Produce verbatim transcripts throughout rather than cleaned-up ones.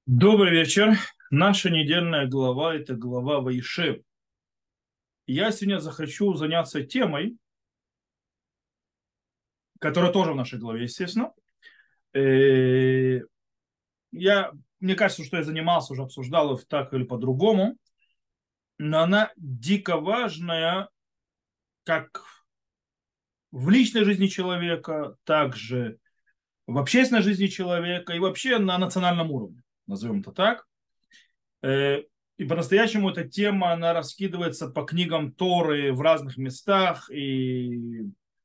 Добрый вечер. Наша недельная глава– это глава Ваишев. Я сегодня захочу заняться темой, которая тоже в нашей главе, естественно. Э, Я, мне кажется, что я занимался, уже обсуждал их так или по-другому, но она дико важная как в личной жизни человека, так же в общественной жизни человека и вообще на национальном уровне, назовем это так. Э, И по-настоящему эта тема, она раскидывается по книгам Торы в разных местах, и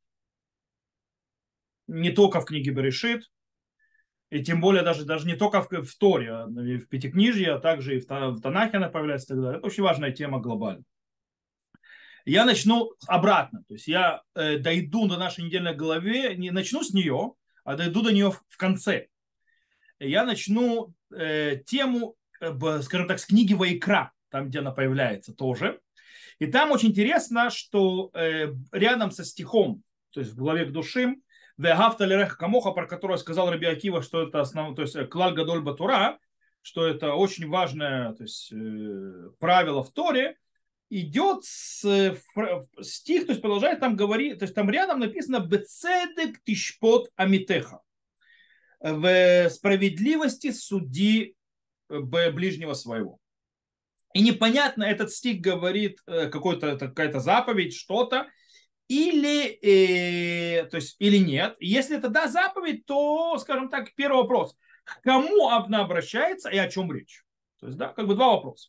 не только в книге Берешит, и тем более даже, даже не только в, в Торе, а и в Пятикнижье, а также и в, Та- в Танахе она появляется и так далее. Это очень важная тема глобально. Я начну обратно, то есть я э, дойду до нашей недельной главы, не начну с нее, а дойду до нее в, в конце. Я начну э, тему, э, б- скажем так, с книги Ваикра, там, где она появляется тоже. И там очень интересно, что э, рядом со стихом, то есть в главе к душим, «Вегафта лерех камоха», про который сказал Раби Акива, что это основное, то есть э, клаль гадоль батура, что это очень важное, то есть, э, правило в Торе, идет с, э, фр- стих, то есть продолжает там говорить, то есть там рядом написано «Бецедек тишпот амитеха», в справедливости суди э, б- ближнего своего. И непонятно, этот стих говорит э, какой-то, какая-то заповедь, что-то, или, э, то есть, или нет. Если это да, заповедь, то, скажем так, первый вопрос. К кому она обращается и о чем речь? То есть, да, как бы два вопроса.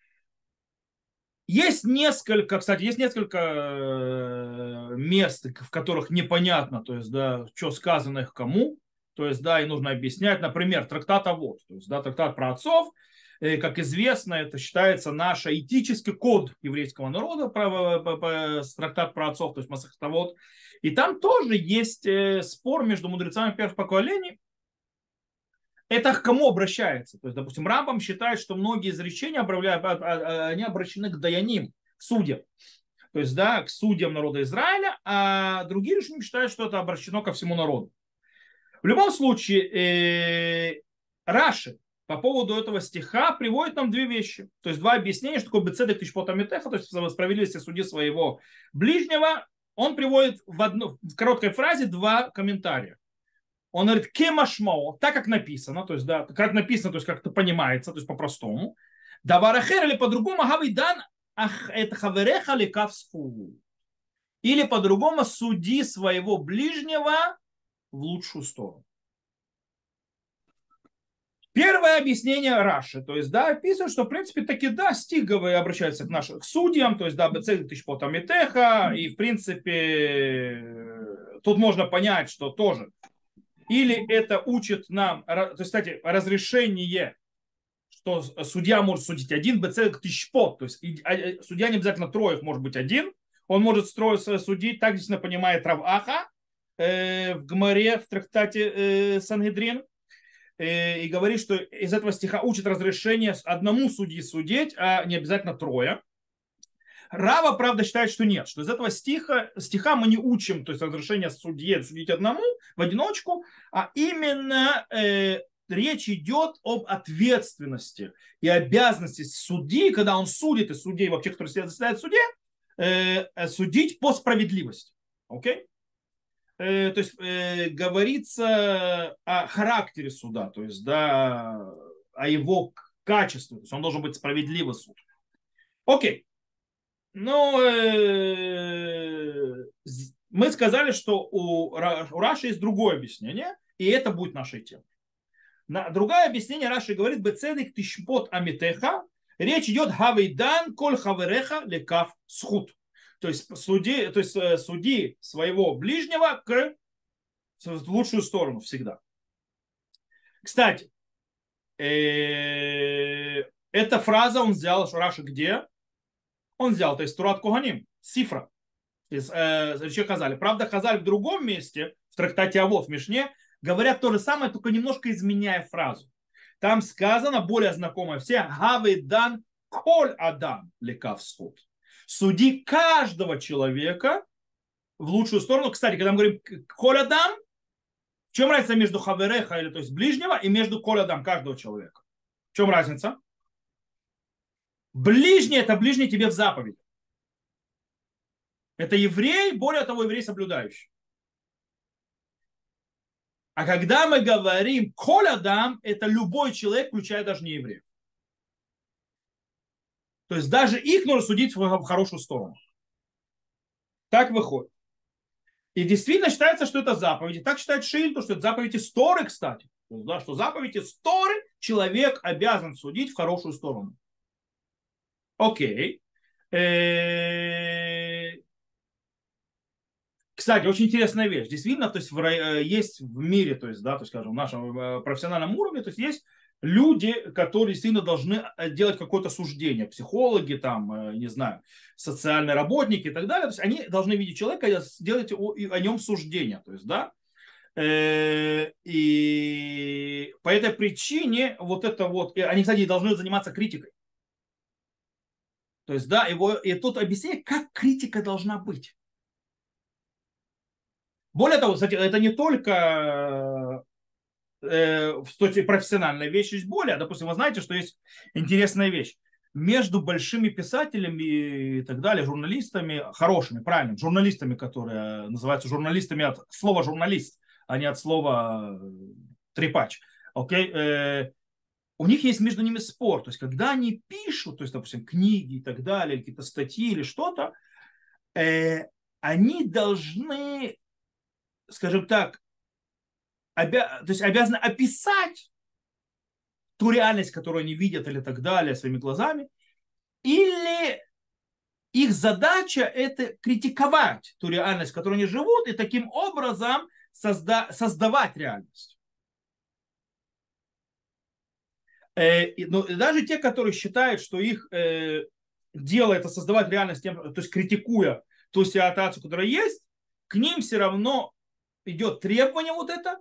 Есть несколько, кстати, есть несколько э, мест, в которых непонятно, то есть, да, что сказано их кому, то есть, да, и нужно объяснять. Например, трактат Авот, то есть, да, трактат про отцов, э, как известно, это считается наш этический код еврейского народа, про, по- по- трактат про отцов, то есть Масехет Авот. И там тоже есть э, спор между мудрецами первых поколений, это к кому обращается. То есть, допустим, Рамбам считает, что многие изречения обравляют- а- а- а, они обращены к даяним, к судьям. То есть, да, к судьям народа Израиля, а другие решения считают, что это обращено ко всему народу. В любом случае, э, Раши по поводу этого стиха приводит нам две вещи. То есть, два объяснения, что такое бецедек тишпотамитеха, то есть справедливости суди своего ближнего. Он приводит в, одну, в короткой фразе два комментария. Он говорит, кемашмо, так как написано, то есть, да, как написано, то есть, как это понимается, то есть, по-простому. Даварахер или по-другому, гавидан, ах, это хавереха лекавсфу. Или по-другому, суди своего ближнего в лучшую сторону. Первое объяснение Раши, то есть, да, описывает, что, в принципе, таки, да, стиговые обращаются к нашим к судьям, то есть, да, бецель тышпотамитеха, и, в принципе, тут можно понять, что тоже или это учит нам, то есть, кстати, разрешение, что судья может судить один, бцелк тишпот, то есть а, судья не обязательно трое, может быть один, он может строить, судить, так действительно понимает Раваха э, в Гмаре, в трактате э, Сангедрин, э, и говорит, что из этого стиха учит разрешение одному судьи судить, а не обязательно трое. Рава, правда, считает, что нет, что из этого стиха, стиха мы не учим, то есть разрешение судье судить одному в одиночку, а именно э, речь идет об ответственности и обязанности судьи, когда он судит, и судей вообще, которые заседают в суде, э, судить по справедливости. Окей? Э, то есть э, говорится о характере суда, то есть да, о его качестве, то есть он должен быть справедливый суд. Окей. Ну, э, мы сказали, что у, Ра- у Раши есть другое объяснение, и это будет нашей темой. На, другое объяснение Раши говорит, бецедик тишпот амитеха, речь идет хавейдан коль хавереха лекав схут. То есть, суди, то есть э, суди своего ближнего к, в лучшую сторону всегда. Кстати, э, эта фраза он взял, Раши где? Он взял, то есть Турат Куганим, Сифра. Из э, речи Хазали. Правда, Хазаль в другом месте, в трактате Авот, в Мишне, говорят то же самое, только немножко изменяя фразу. Там сказано, более знакомое все, «Гавы дан коль адам лекав сход». Суди каждого человека в лучшую сторону. Кстати, когда мы говорим «коль адам», в чем разница между хавереха, или то есть ближнего, и между коль адам, каждого человека? В чем разница? Ближний – это ближний тебе в заповеди. Это еврей, более того, еврей соблюдающий. А когда мы говорим «коль адам», это любой человек, включая даже не евреев. То есть даже их нужно судить в хорошую сторону. Так выходит. И действительно считается, что это заповеди. Так считает Шильту, что это заповеди Торы, кстати. То есть, да, что заповеди Торы человек обязан судить в хорошую сторону. Окей. Кстати, очень интересная вещь. Действительно, то есть в, есть в мире, то есть, да, то есть, скажем, в нашем профессиональном уровне, то есть есть люди, которые действительно должны делать какое-то суждение. Психологи, там, не знаю, социальные работники и так далее. То есть они должны видеть человека и делать о, о нем суждение. То есть, да, и по этой причине вот это вот, они, кстати, должны заниматься критикой. То есть, да, его, и тут объяснение, как критика должна быть. Более того, кстати, это не только э, в точке профессиональная вещь, есть более. Допустим, вы знаете, что есть интересная вещь. Между большими писателями и так далее, журналистами, хорошими, правильно, журналистами, которые называются журналистами от слова журналист, а не от слова трепач. Окей? Э, у них есть между ними спор. То есть, когда они пишут, то есть, допустим, книги и так далее, какие-то статьи или что-то, э, они должны, скажем так, обя... то есть обязаны описать ту реальность, которую они видят или так далее своими глазами, или их задача это критиковать ту реальность, в которой они живут, и таким образом созда... создавать реальность. Э, но даже те, которые считают, что их э, дело это создавать реальность, тем, то есть критикуя ту ситуацию, которая есть, к ним все равно идет требование вот это,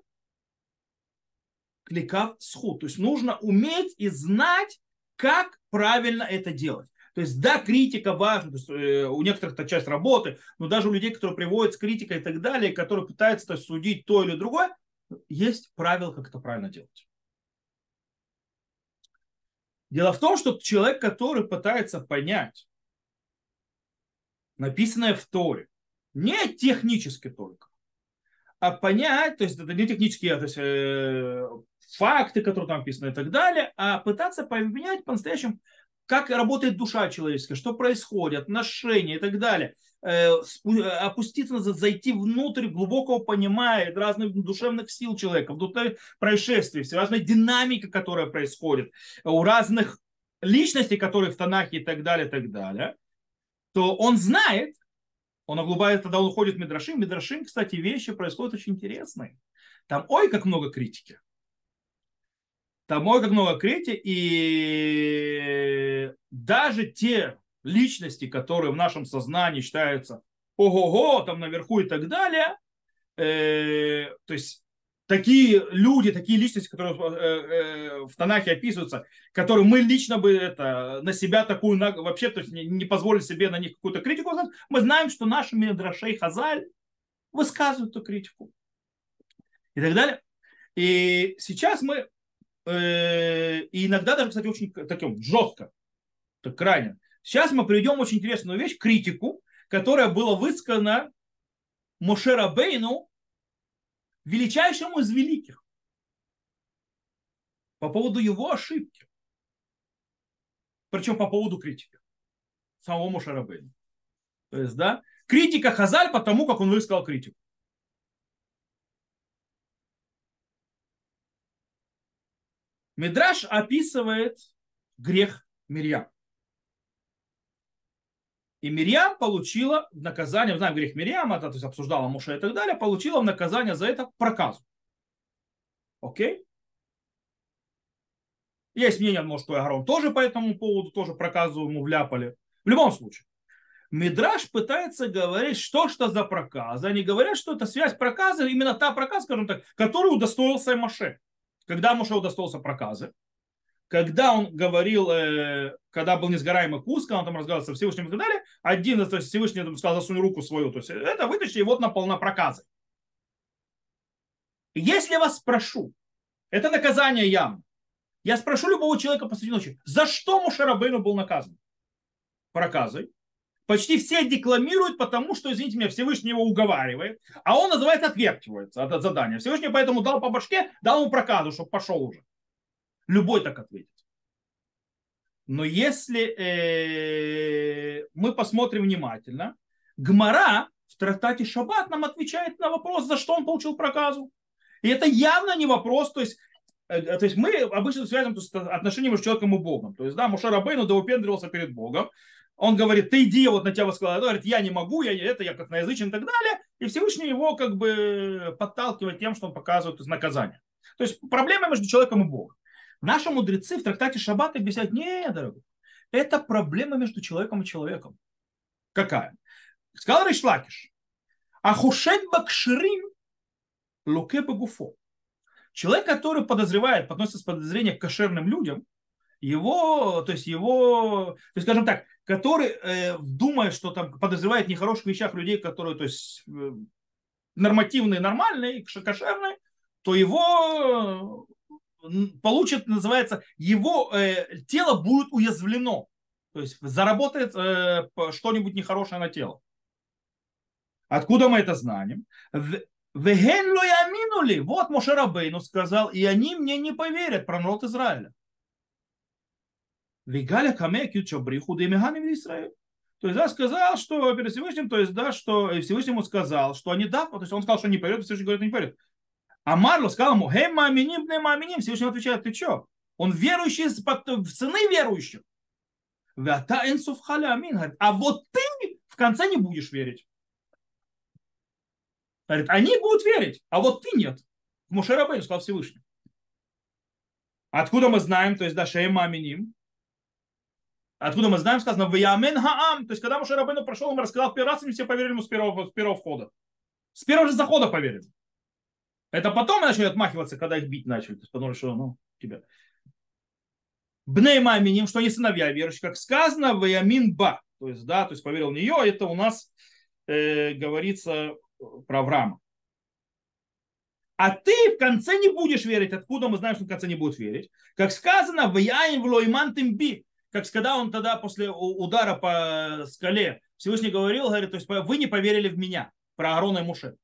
кликав схуд. То есть нужно уметь и знать, как правильно это делать. То есть да, критика важна, то есть, э, у некоторых это часть работы, но даже у людей, которые приводят с критикой и так далее, которые пытаются то есть, судить то или другое, есть правила, как это правильно делать. Дело в том, что человек, который пытается понять написанное в Торе, не технически только, а понять, то есть это не технические, то есть, э, факты, которые там написаны и так далее, а пытаться понять по-настоящему, как работает душа человеческая, что происходит, отношения и так далее. Э, опуститься, зайти внутрь глубокого понимания разных душевных сил человека, внутрь происшествий, разной динамики, которая происходит, у разных личностей, которые в Танахе и так далее, и так далее, то он знает, он оглубает, тогда он уходит в Мидрашим. Мидрашим, кстати, вещи происходят очень интересные. Там ой, как много критики. Там ой, как много критики. И даже те личности, которые в нашем сознании считаются ого-го, там наверху и так далее, э, то есть такие люди, такие личности, которые э, э, в Танахе описываются, которые мы лично бы это, на себя такую, вообще то есть не, не позволили себе на них какую-то критику, мы знаем, что наши Мидрашей Хазаль высказывают эту критику и так далее. И сейчас мы, э, и иногда даже, кстати, очень таким жестко, так крайне. Сейчас мы приведем очень интересную вещь, критику, которая была высказана Моше Рабейну, величайшему из великих, по поводу его ошибки. Причем по поводу критики самого Моше Рабейну. То есть, да, критика Хазаль по тому, как он высказал критику. Мидраш описывает грех Мирьям. И Мирьям получила в наказание, знаем грех Мирьяма, то есть обсуждала Моше и так далее, получила в наказание за это проказу. Окей? Есть мнение, может, что Аарон тоже по этому поводу тоже проказу ему вляпали. В любом случае. Мидраш пытается говорить, что что за проказа. Они говорят, что это связь проказа, именно та проказа, скажем так, которую удостоился Моше. Когда Моше удостоился проказы, когда он говорил, э, когда был несгораемый куст, когда он там разговаривал со Всевышним и так далее, один, то есть Всевышний там сказал, засунь руку свою, то есть это вытащи, и вот напал на проказы. Если я вас спрошу, это наказание явно. Я спрошу любого человека посреди ночи, за что Моше Рабейну был наказан? Проказой. Почти все декламируют, потому что, извините меня, Всевышний его уговаривает, а он, называется, отвертивается от задания. Всевышний поэтому дал по башке, дал ему проказу, чтобы пошел уже. Любой так ответит. Но если э, мы посмотрим внимательно, Гмара в трактате Шаббат нам отвечает на вопрос, за что он получил проказу. И это явно не вопрос, то есть, э, то есть мы обычно связываем с отношением между человеком и Богом. То есть, да, Моше Рабейну доупендривался перед Богом. Он говорит, ты иди, вот на тебя восклала. Он говорит, я не могу, я это, я как наязычен и так далее. И Всевышний его как бы подталкивает тем, что он показывает из наказания. То есть проблема между человеком и Богом. Наши мудрецы в трактате Шаббат объясняют, не, дорогой, это проблема между человеком и человеком. Какая? Сказал Рейш Лакиш, ахушет бакширим луке бегуфо. Человек, который подозревает, подносится с подозрением к кошерным людям, его, то есть его, то есть, скажем так, который э, думает, что там подозревает в нехороших вещах людей, которые, то есть, э, нормативные, нормальные, кошерные, то его получит, называется, его э, тело будет уязвлено. То есть заработает э, что-нибудь нехорошее на тело. Откуда мы это знаем? Веген ло яминули. Вот Моше Рабейну сказал, и они мне не поверят про народ Израиля. Вегаля камек ючабриху демиганим в Израиле. То есть, да, сказал, что перед Всевышним, то есть, да, что Всевышнему сказал, что они, да, то есть он сказал, что не поверят, Всевышний говорит, не поверят. А Марло сказал ему, хей, маминим, не маминим. Всевышний отвечает, ты что? Он верующий в сыны верующих. А вот ты в конце не будешь верить. Говорит, они будут верить, а вот ты нет. Моше Рабейну сказал Всевышний. Откуда мы знаем, то есть, да, шей маминим. Откуда мы знаем, сказано, вямен хаам. То есть, когда Моше Рабейну прошел, он рассказал в первый раз, и все поверили ему с первого, с первого входа. С первого же захода поверили. Это потом начали отмахиваться, когда их бить начали. То есть, потому что, ну, тебя. Бней маминим, что они сыновья верующие, как сказано, ваямин ба. То есть, да, то есть поверил в нее. Это у нас э, говорится про Авраама. А ты в конце не будешь верить. Откуда мы знаем, что в конце не будет верить? Как сказано, ваяин в лойман тимби. Как когда он тогда после удара по скале Всевышний говорил, говорит, то есть вы не поверили в меня. Про Аарона и Муше.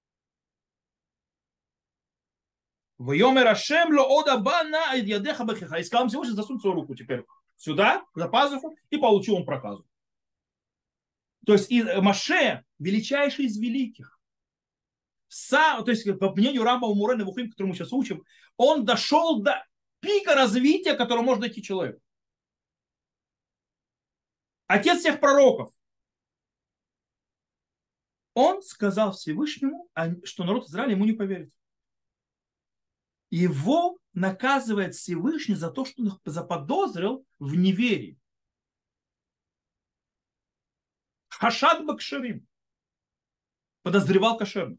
Вайомер Ашем ло ода бана ядеха бахиха. И сказал Всевышний, засунь свою руку теперь сюда, за пазуху, и получил он проказу. То есть Моше величайший из великих. Сам, то есть, по мнению Рамбама Мурена Вухим, который мы сейчас учим, он дошел до пика развития, к которому может дойти человек. Отец всех пророков. Он сказал Всевышнему, что народ Израиля ему не поверит. Его наказывает Всевышний за то, что он заподозрил в неверии. Хашад бакширим. Подозревал кошерных.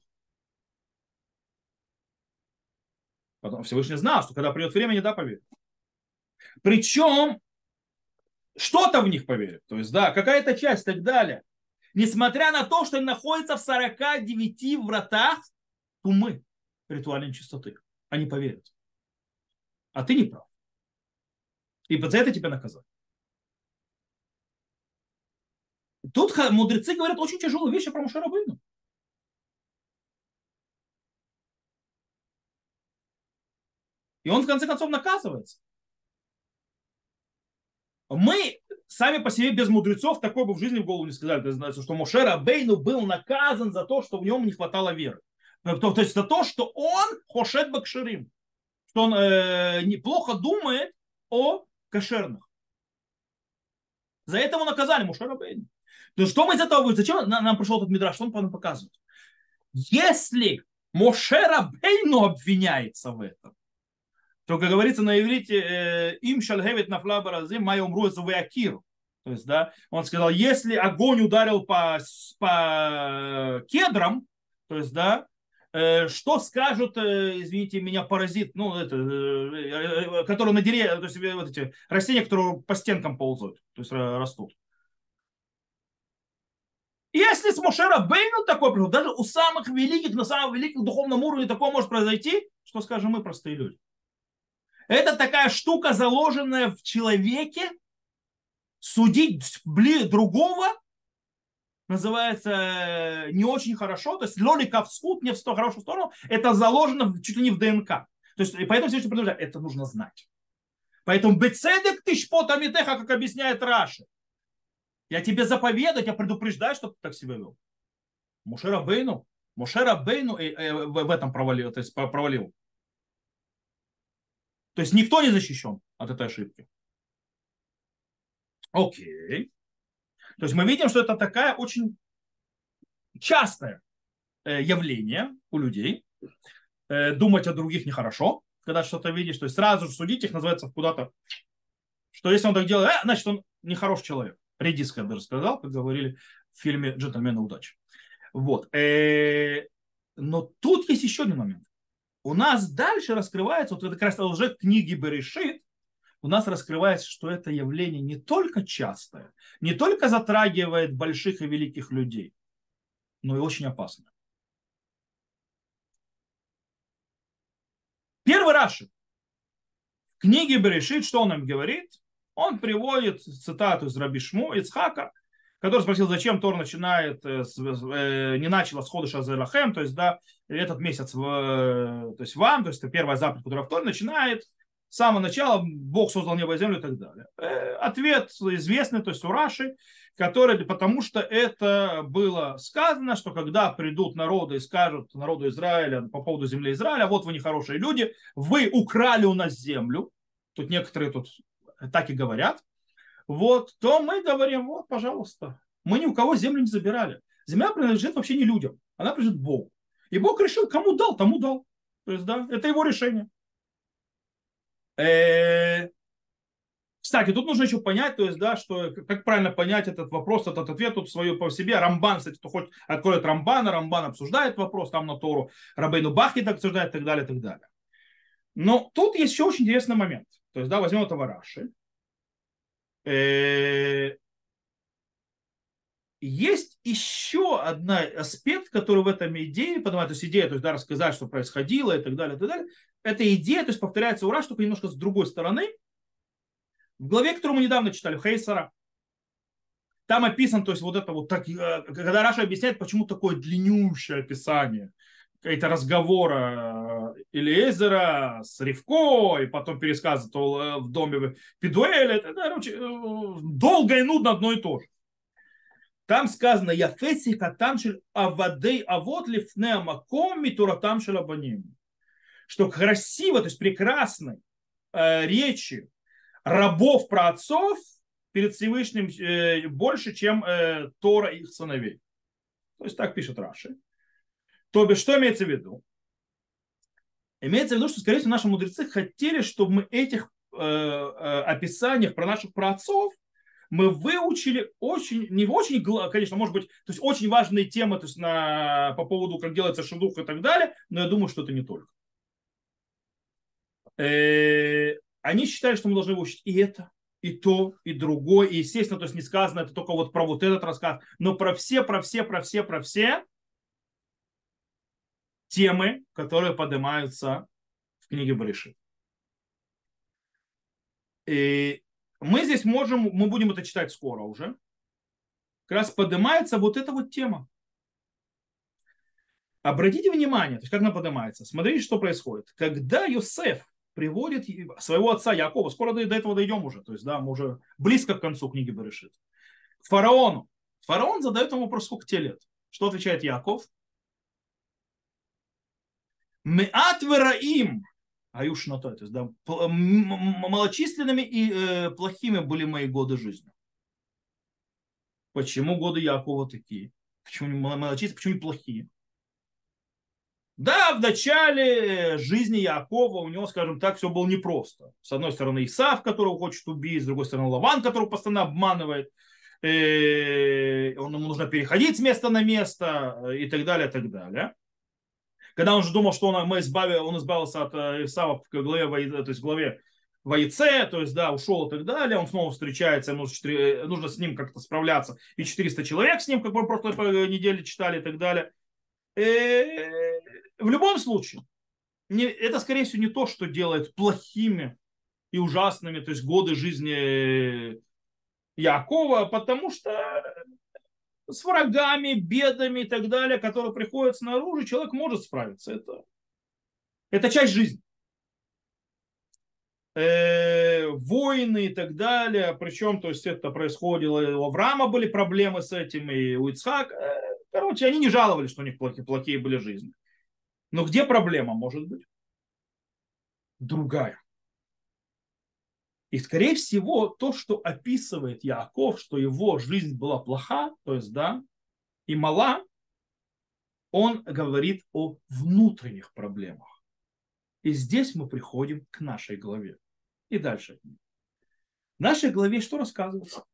Потом Всевышний знал, что когда придет время, не да поверит. Причем что-то в них поверит. То есть, да, какая-то часть и так далее. Несмотря на то, что они находятся в сорока девяти вратах тумы ритуальной чистоты. Они поверят. А ты не прав. И за это тебя наказали. Тут мудрецы говорят очень тяжелые вещи про Моше Рабейну. И он в конце концов наказывается. Мы сами по себе без мудрецов такой бы в жизни в голову не сказали. То есть, что Моше Рабейну был наказан за то, что в нем не хватало веры. То, то есть за то, что он хошет бакширим. Что он э, неплохо думает о кошерных. За это его наказали Моше Рабейну. То что мы из этого будет? Зачем нам пришел этот мидраш? Что он нам показывает? Если Моше Рабейну обвиняется в этом, то, как говорится на иврите, им шальгевит нафла баразим, май умру завеакиру. То есть, да, он сказал, если огонь ударил по, по кедрам, то есть, да, что скажут, извините меня, паразит, ну, это, которые на деревьях, то есть, вот эти растения, которые по стенкам ползают, то есть, растут. Если с Моше Рабейну такой пришел, даже у самых великих, на самом великом духовном уровне такое может произойти, что скажем мы, простые люди. Это такая штука, заложенная в человеке, судить другого называется э, не очень хорошо, то есть логика в суд, не в сто хорошую сторону, это заложено чуть ли не в ДНК. То есть, и поэтому все продолжают, это нужно знать. Поэтому бецедек ты шпота митеха, как объясняет Раши. Я тебе заповедую, я предупреждаю, чтобы ты так себя вел. Моше Рабейну, Моше Рабейну э, э, в этом провалил, то есть провалил. То есть никто не защищен от этой ошибки. Окей. То есть мы видим, что это такая очень частое явление у людей. Думать о других нехорошо, когда что-то видишь. То есть сразу же судить их называется куда-то, что если он так делает, э, значит он нехороший человек. Редиска, я даже сказал, как говорили в фильме «Джентльмены удачи». Вот. Но тут есть еще один момент. У нас дальше раскрывается, вот это как раз уже в книге Берешит, у нас раскрывается, что это явление не только частое, не только затрагивает больших и великих людей, но и очень опасное. Первый Раши в книге Берешит, что он нам говорит? Он приводит цитату из Раби Шму Ицхака, который спросил, зачем Тор начинает, не начала с Ходыша Зелахем, то есть, да, этот месяц, в, то есть вам, то есть это первая заповедь, которая в Торе начинает с самого начала, Бог создал небо и землю и так далее. Ответ известный, то есть у Раши, который, потому что это было сказано, что когда придут народы и скажут народу Израиля по поводу земли Израиля, вот вы нехорошие люди, вы украли у нас землю, тут некоторые тут так и говорят, вот, то мы говорим, вот, пожалуйста, мы ни у кого землю не забирали. Земля принадлежит вообще не людям, она принадлежит Богу. И Бог решил, кому дал, тому дал. То есть, да, это его решение. Кстати, тут нужно еще понять, то есть, да, что как правильно понять этот вопрос, этот ответ тут свою по себе. Рамбан, кстати, кто хоть откроет Рамбана, Рамбан обсуждает вопрос, там на Тору Рабейну Бахит обсуждает и так далее, и так далее. Но тут есть еще очень интересный момент. То есть, да, возьмем этого Раши. Есть еще один аспект, который в этом идее, потому, то есть идея, то есть, да, рассказать, что происходило и так далее, и так далее. Эта идея, то есть повторяется у Раши, только немножко с другой стороны. В главе, которую мы недавно читали, Хейсара, там описан, то есть вот это вот, так, когда Раша объясняет, почему такое длиннющее описание, какие-то разговора Элиезера с Ривко, и потом пересказывает в доме Педуэля, это, короче, долго и нудно одно и то же. Там сказано «Яфеси катаншель авадей авот лифне амаком митуратам шелабаним», что красиво, то есть прекрасной э, речи рабов праотцов перед Всевышним э, больше, чем э, Тора их сыновей. То есть так пишет Раши. То бишь, что имеется в виду? Имеется в виду, что, скорее всего, наши мудрецы хотели, чтобы мы этих э, э, описаниях про наших праотцов мы выучили очень, не очень, конечно, может быть, то есть очень важные темы, то есть на, по поводу, как делается шедух и так далее, но я думаю, что это не только. Э, они считают, что мы должны выучить и это, и то, и другое, и, естественно, то есть не сказано это только вот про вот этот рассказ, но про все, про все, про все, про все темы, которые поднимаются в книге Берешит. И мы здесь можем, мы будем это читать скоро уже, как раз поднимается вот эта вот тема. Обратите внимание, то есть как она поднимается. Смотрите, что происходит. Когда Йосеф приводит своего отца Якова, скоро до этого дойдем уже, то есть да, мы уже близко к концу книги Берешит, к фараону. Фараон задает ему вопрос, сколько тебе лет? Что отвечает Яков? Меат вераим. Аюш на то, то есть да, малочисленными и э, плохими были мои годы жизни. Почему годы Якова такие? Почему малочисленные, почему не плохие? Да, в начале жизни Якова у него, скажем так, все было непросто. С одной стороны Исав, которого хочет убить, с другой стороны Лаван, которого постоянно обманывает. И он, ему нужно переходить с места на место и так далее, и так далее. Когда он же думал, что он, мы избавили, он избавился от Исава в главе, то есть в главе Ваице, то есть, да, ушел и так далее, он снова встречается, ему нужно, нужно с ним как-то справляться, и четыреста человек с ним, как мы в прошлой неделе читали и так далее. И в любом случае, Не, это, скорее всего, не то, что делает плохими и ужасными, то есть годы жизни Якова, потому что с врагами, бедами и так далее, которые приходят снаружи, человек может справиться. Это, это часть жизни. Э, войны и так далее. Причем, то есть это происходило, и у Авраама были проблемы с этим, и у Ицхака. Э, короче, они не жаловались, что у них плохие, плохие были жизни. Но где проблема может быть? Другая. И, скорее всего, то, что описывает Яаков, что его жизнь была плоха, то есть, да, и мала, он говорит о внутренних проблемах. И здесь мы приходим к нашей главе. И дальше. В нашей главе что рассказывается?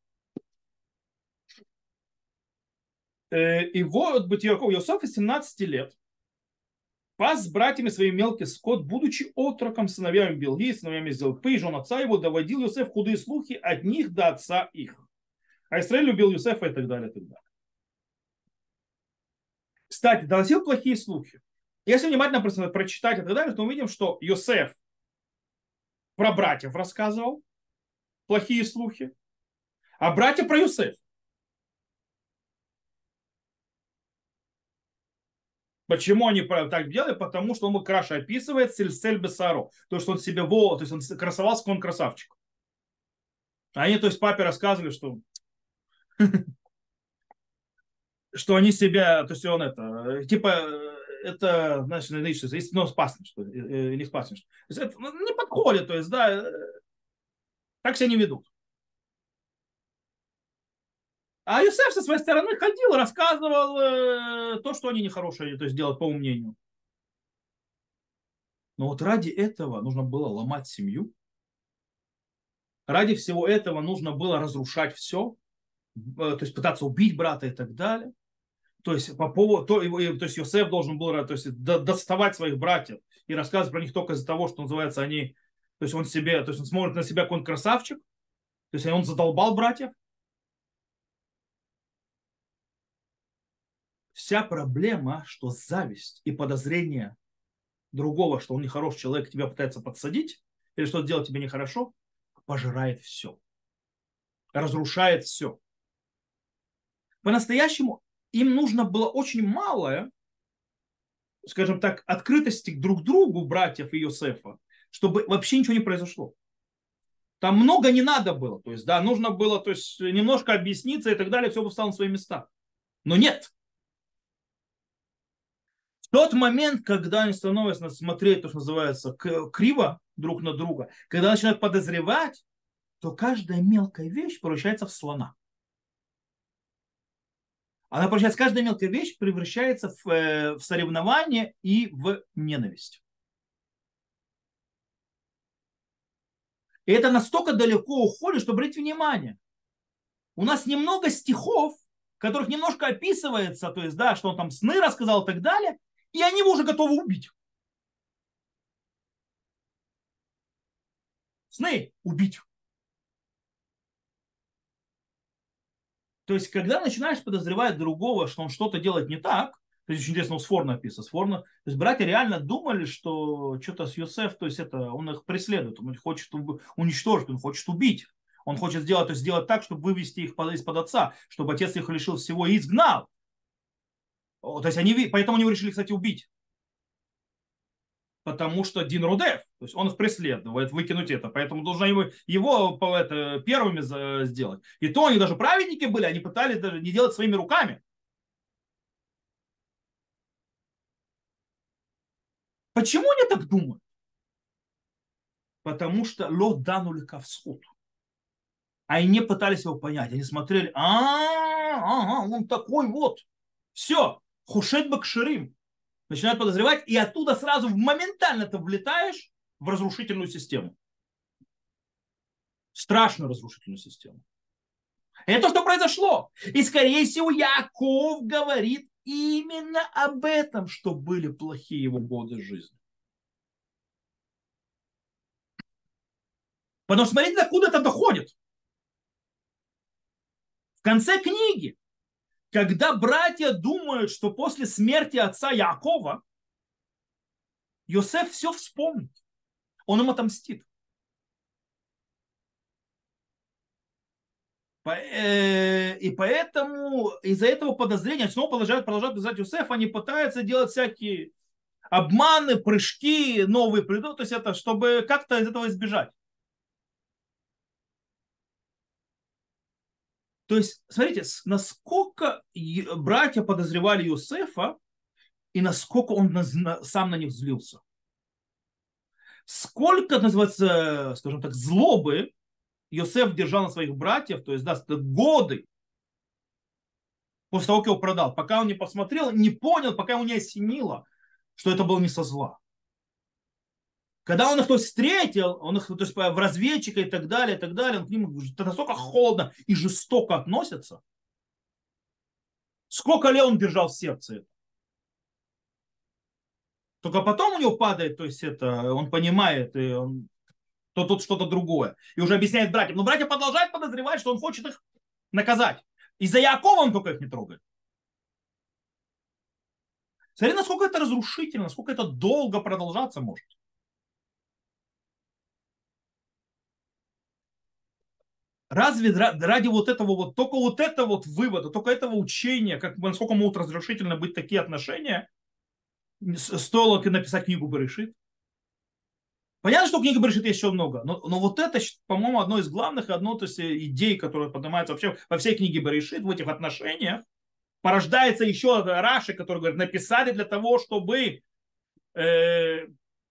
Э, И вот быть Яков Иосиф из семнадцати лет пас с братьями своим мелкий скот, будучи отроком, сыновьями Билги, сыновьями Зилпы, и жен отца его, доводил Иосиф худые слухи от них до отца их. А Израиль любил Иосифа и так далее, и так далее. Кстати, доносил плохие слухи. Если внимательно прочитать и так далее, то мы видим, что Иосиф про братьев рассказывал плохие слухи, а братья про Иосифа. Почему они так делали? Потому что он краше описывает сельсель бесаро. То, что он себе во, то есть он красовался, как он красавчик. Они, то есть папе рассказывали, что, что они себя, то есть он это, типа, это, знаешь, есть, но спасен, что не спасен. То есть это не подходит, то есть, да, так себя не ведут. А Юсеф со своей стороны ходил, рассказывал э, то, что они нехорошие, то есть делать по его мнению. Но вот ради этого нужно было ломать семью. Ради всего этого нужно было разрушать все, э, то есть пытаться убить брата и так далее. То есть по поводу, то, то есть Йосеф должен был то есть, доставать своих братьев и рассказывать про них только из-за того, что называется они, то есть он себе, то есть он смотрит на себя как он красавчик, то есть он задолбал братьев. Вся проблема, что зависть и подозрение другого, что он нехороший человек, тебя пытается подсадить или что-то делать тебе нехорошо, пожирает все, разрушает все. По-настоящему им нужно было очень малое, скажем так, открытости друг к другу братьев и Йосефа, чтобы вообще ничего не произошло. Там много не надо было. То есть, да, нужно было то есть, немножко объясниться и так далее, все бы встало на свои места. Но нет. В тот момент, когда они становятся смотреть, то, что называется, криво друг на друга, когда начинают подозревать, то каждая мелкая вещь превращается в слона. Она превращается, каждая мелкая вещь превращается в, э, в соревнование и в ненависть. И это настолько далеко уходит, что обратите внимание. У нас немного стихов, в которых немножко описывается, то есть, да, что он там сны рассказал и так далее, и они его уже готовы убить. Сны убить. То есть, когда начинаешь подозревать другого, что он что-то делает не так, то есть, очень интересно, у Сфор написано, Сфор, то есть, братья реально думали, что что-то с Йосеф, то есть, это, он их преследует, он их хочет уничтожить, он хочет убить. Он хочет сделать, то есть, сделать так, чтобы вывести их из-под отца, чтобы отец их лишил всего и изгнал. То есть, они, поэтому они решили, кстати, убить. Потому что Дин Рудев, то есть он их преследует, выкинуть это, поэтому должны его, его это, первыми сделать. И то они даже праведники были, они пытались даже не делать своими руками. Почему они так думают? Потому что ло данули кавсхут. Они не пытались его понять, они смотрели, а, ага, он такой вот, все, хушет бакширим. Начинают подозревать, и оттуда сразу моментально ты влетаешь в разрушительную систему. Страшную разрушительную систему. Это что произошло. И, скорее всего, Яков говорит именно об этом, что были плохие его годы жизни. Потому что смотрите, откуда это доходит. В конце книги, когда братья думают, что после смерти отца Якова Йосеф все вспомнит. Он им отомстит. И поэтому из-за этого подозрения снова продолжают, продолжают писать Йосеф, они пытаются делать всякие обманы, прыжки, новые придут, то есть это, чтобы как-то из этого избежать. То есть, смотрите, насколько братья подозревали Йосефа и насколько он сам на них злился. Сколько, называется, скажем так, злобы Йосеф держал на своих братьев, то есть, да, годы после того, как его продал, пока он не посмотрел, не понял, пока его не осенило, что это было не со зла. Когда он их то есть, встретил, он их то есть, в разведчика и так далее, и так далее, он к ним настолько холодно и жестоко относится. Сколько лет он держал в сердце это. Только потом у него падает, то есть это, он понимает, и он, то тут что-то другое. И уже объясняет братьям. Но братья продолжают подозревать, что он хочет их наказать. Из-за Якова он только их не трогает. Смотри, насколько это разрушительно, насколько это долго продолжаться может. Разве ради вот этого вот, только вот этого вот вывода, только этого учения, как, насколько могут разрушительно быть такие отношения, стоило написать книгу Берешит? Понятно, что книга Берешит есть еще много, но, но вот это, по-моему, одно из главных, одно из идей, которые поднимаются вообще во всей книге Берешит, в этих отношениях, порождается еще Раши, который говорит, написали для того, чтобы э,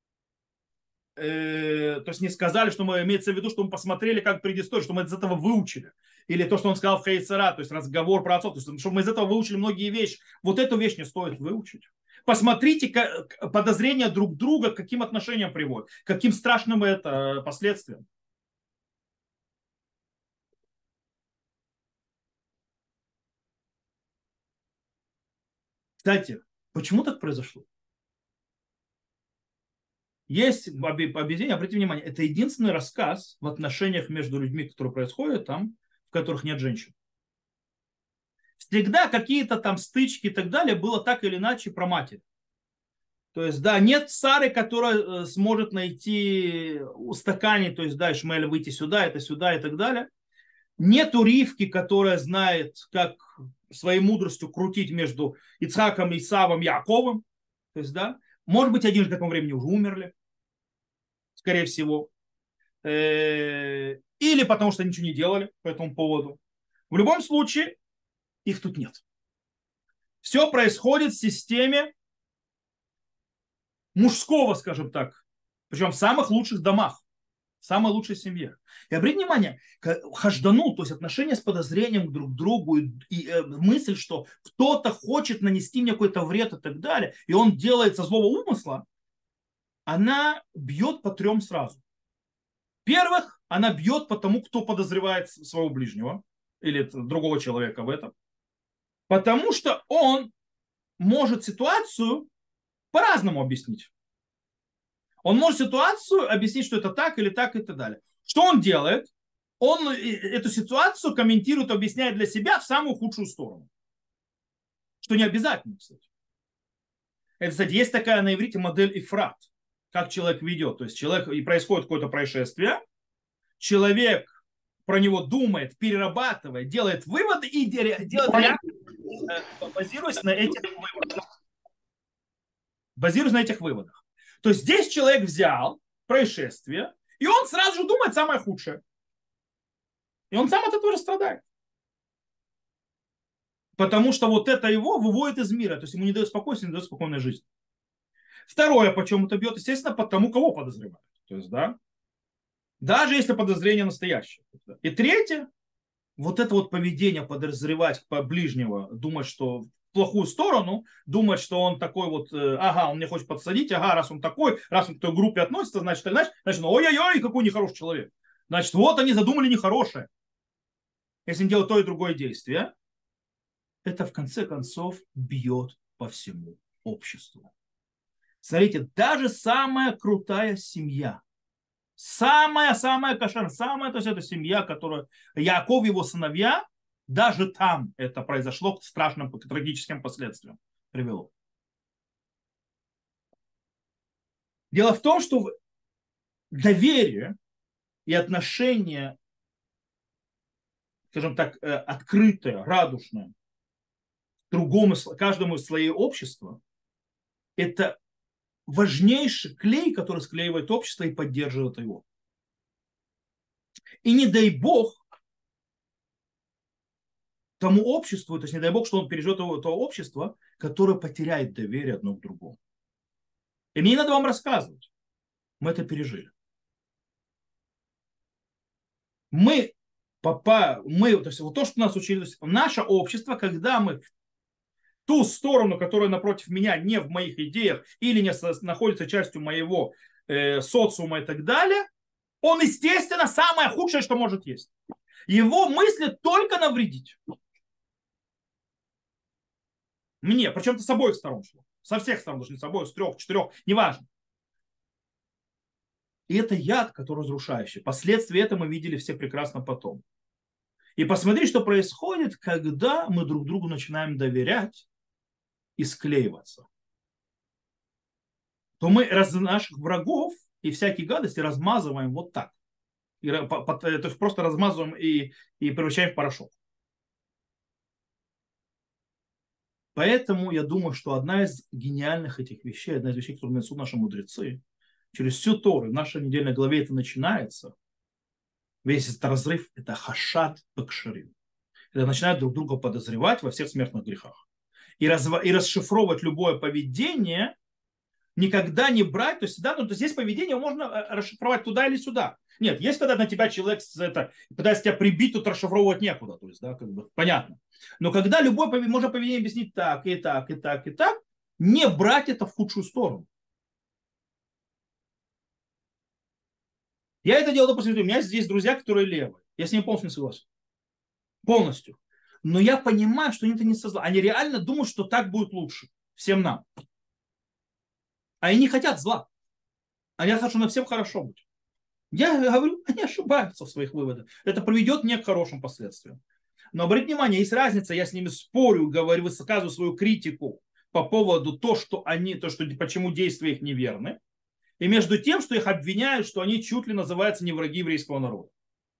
э, то есть не сказали, что мы имеется в виду, что мы посмотрели как предысторию, что мы из этого выучили. Или то, что он сказал в Хейцера, то есть разговор про отцов, то есть, чтобы мы из этого выучили многие вещи. Вот эту вещь не стоит выучить. Посмотрите как подозрения друг друга к каким отношениям приводят, к каким страшным это последствиям. Кстати, почему так произошло? Есть объяснение, обратите внимание, это единственный рассказ в отношениях между людьми, которые происходят там, в которых нет женщин. Всегда какие-то там стычки и так далее было так или иначе про матерь. То есть, да, нет Сары, которая сможет найти устаканить, то есть, да, Ишмаэля выйти сюда, это сюда и так далее. Нету Ривки, которая знает, как своей мудростью крутить между Ицхаком, Исавом, Яковом. То есть, да, может быть, один же к этому времени уже умерли, скорее всего. Или потому что ничего не делали по этому поводу. В любом случае, их тут нет. Все происходит в системе мужского, скажем так, причем в самых лучших домах, в самой лучшей семье. И обратите внимание, хаждану, то есть отношения с подозрением друг к другу, и, и э, мысль, что кто-то хочет нанести мне какой-то вред и так далее, и он делает со злого умысла, она бьет по трем сразу. Первых, она бьет по тому, кто подозревает своего ближнего или другого человека в этом. Потому что он может ситуацию по-разному объяснить. Он может ситуацию объяснить, что это так или так и так далее. Что он делает? Он эту ситуацию комментирует, объясняет для себя в самую худшую сторону. Что не обязательно, кстати. Это, кстати, есть такая на иврите модель Ифрат. Как человек ведет. То есть человек, и происходит какое-то происшествие, человек про него думает, перерабатывает, делает выводы и делает реакцию, базируясь на этих выводах. Базируясь на этих выводах. То есть здесь человек взял происшествие, и он сразу же думает самое худшее. И он сам от этого страдает. Потому что вот это его выводит из мира. То есть ему не дает спокойствия, не дает спокойной жизни. Второе, почему это бьет, естественно, по тому, кого подозревают. То есть, да, даже если подозрение настоящее. И третье, вот это вот поведение подозревать по ближнего, думать, что в плохую сторону, думать, что он такой вот, ага, он мне хочет подсадить, ага, раз он такой, раз он к той группе относится, значит, так, значит, значит, ой-ой-ой, какой нехороший человек. Значит, вот они задумали нехорошее. Если они делают то и другое действие, это в конце концов бьет по всему обществу. Смотрите, даже самая крутая семья, самая-самая кошерная, самая, то есть это семья, которая, Яков и его сыновья, даже там это произошло к страшным, к трагическим последствиям привело. Дело в том, что доверие и отношение, скажем так, э, открытое, радушное другому, каждому из слоев общества, это важнейший клей, который склеивает общество и поддерживает его. И не дай бог тому обществу, то есть не дай бог, что он переживет его, то общество, которое потеряет доверие одно к другому. И мне не надо вам рассказывать. Мы это пережили. Мы, папа, мы, то есть вот то, что нас учили, то есть наше общество, когда мы в ту сторону, которая напротив меня, не в моих идеях или не со, находится частью моего э, социума и так далее, он, естественно, самое худшее, что может есть. Его мысли только навредить. Мне, причем это с обоих сторон шло. Со всех сторон, даже не с обоих, с трех, четырех, неважно. И это яд, который разрушающий. Последствия этого мы видели все прекрасно потом. И посмотри, что происходит, когда мы друг другу начинаем доверять и склеиваться. То мы раз наших врагов и всякие гадости размазываем вот так. И, то есть просто размазываем и, и превращаем в порошок. Поэтому я думаю, что одна из гениальных этих вещей, одна из вещей, которые несут наши мудрецы, через всю Тору, в нашей недельной главе это начинается, весь этот разрыв, это хашат бакшарим. Это начинают друг друга подозревать во всех смертных грехах. И, разва- и расшифровывать любое поведение, никогда не брать, то есть, да, ну, то есть здесь поведение можно э, расшифровать туда или сюда. Нет, есть когда на тебя человек это, пытается тебя прибить, тут расшифровывать некуда, то есть, да, как бы понятно. Но когда любое поведение, можно поведение объяснить так, и так, и так, и так, не брать это в худшую сторону. Я это делал, допустим, у меня здесь друзья, которые левые. Я с ними полностью не согласен. Полностью. Но я понимаю, что они это не создали. Они реально думают, что так будет лучше всем нам. А они не хотят зла. Они хотят, чтобы на всем хорошо быть. Я говорю, они ошибаются в своих выводах. Это приведет не к хорошим последствиям. Но обратите внимание, есть разница, я с ними спорю, говорю, высказываю свою критику по поводу того, что они, то, что, почему действия их неверны, и между тем, что их обвиняют, что они чуть ли называются не враги еврейского народа.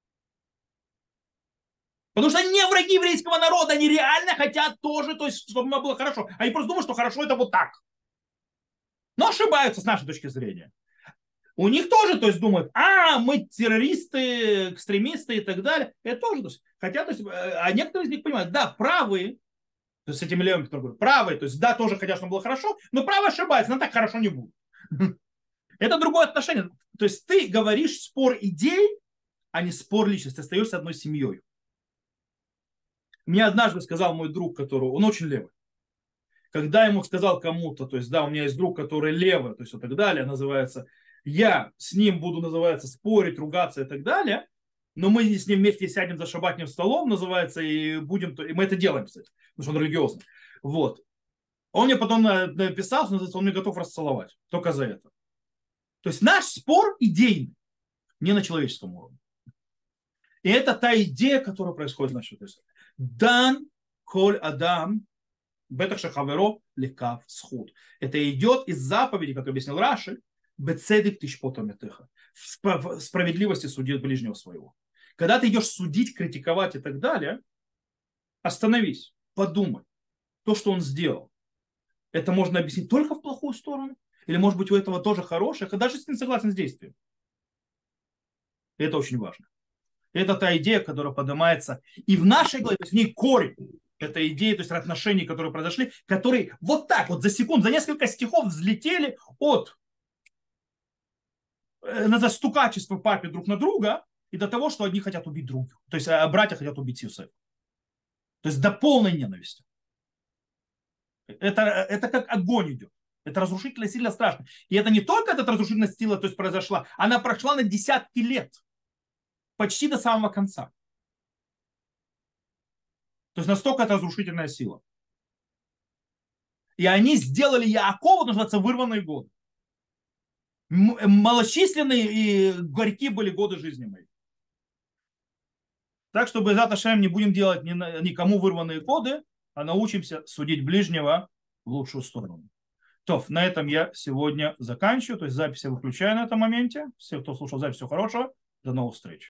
Потому что они не враги еврейского народа, они реально хотят тоже, то есть, чтобы нам было хорошо. Они просто думают, что хорошо это вот так. Но ошибаются с нашей точки зрения. У них тоже, то есть, думают, а, мы террористы, экстремисты и так далее. Это тоже, то есть, хотя, то есть, а некоторые из них понимают, да, правые, то есть, с этими левыми, которые говорят, правые, то есть, да, тоже хотят, чтобы было хорошо, но правые ошибаются, но так хорошо не будет. Это другое отношение. То есть, ты говоришь спор идей, а не спор личности. Ты остаешься одной семьей. Мне однажды сказал мой друг, который, он очень левый, когда ему сказал кому-то, то есть, да, у меня есть друг, который левый, то есть, и так далее, называется, я с ним буду, называется, спорить, ругаться и так далее, но мы с ним вместе сядем за шабатным столом, называется, и будем, и мы это делаем, кстати, потому что он религиозный. Вот. Он мне потом написал, что он мне готов расцеловать, только за это. То есть наш спор идейный, не на человеческом уровне. И это та идея, которая происходит в нашей жизни. Дан коль адам бетах шахаверо лекав схуд. Это идет из заповеди, как объяснил Раши, бецедик тишпотаметыха. В справедливости судит ближнего своего. Когда ты идешь судить, критиковать и так далее, остановись, подумай. То, что он сделал, это можно объяснить только в плохую сторону? Или, может быть, у этого тоже хорошее, даже если ты не согласен с действием. И это очень важно. Это та идея, которая поднимается и в нашей голове, то есть в ней корень. Это идеи, то есть отношений, которые произошли, которые вот так вот за секунд, за несколько стихов взлетели от э, на стукачество папе друг на друга и до того, что одни хотят убить друга. То есть а братья хотят убить Юсефа. То есть до полной ненависти. Это, это как огонь идет. Это разрушительная сила страшная. И это не только эта разрушительная сила, то есть произошла, она прошла на десятки лет. Почти до самого конца. То есть настолько это разрушительная сила. И они сделали Яакова, называется, вырванные годы. Малочисленные и горькие были годы жизни моей. Так что без Аташем не будем делать никому вырванные годы, а научимся судить ближнего в лучшую сторону. То, на этом я сегодня заканчиваю. То есть запись я выключаю на этом моменте. Все, кто слушал запись, всего хорошего. До новых встреч.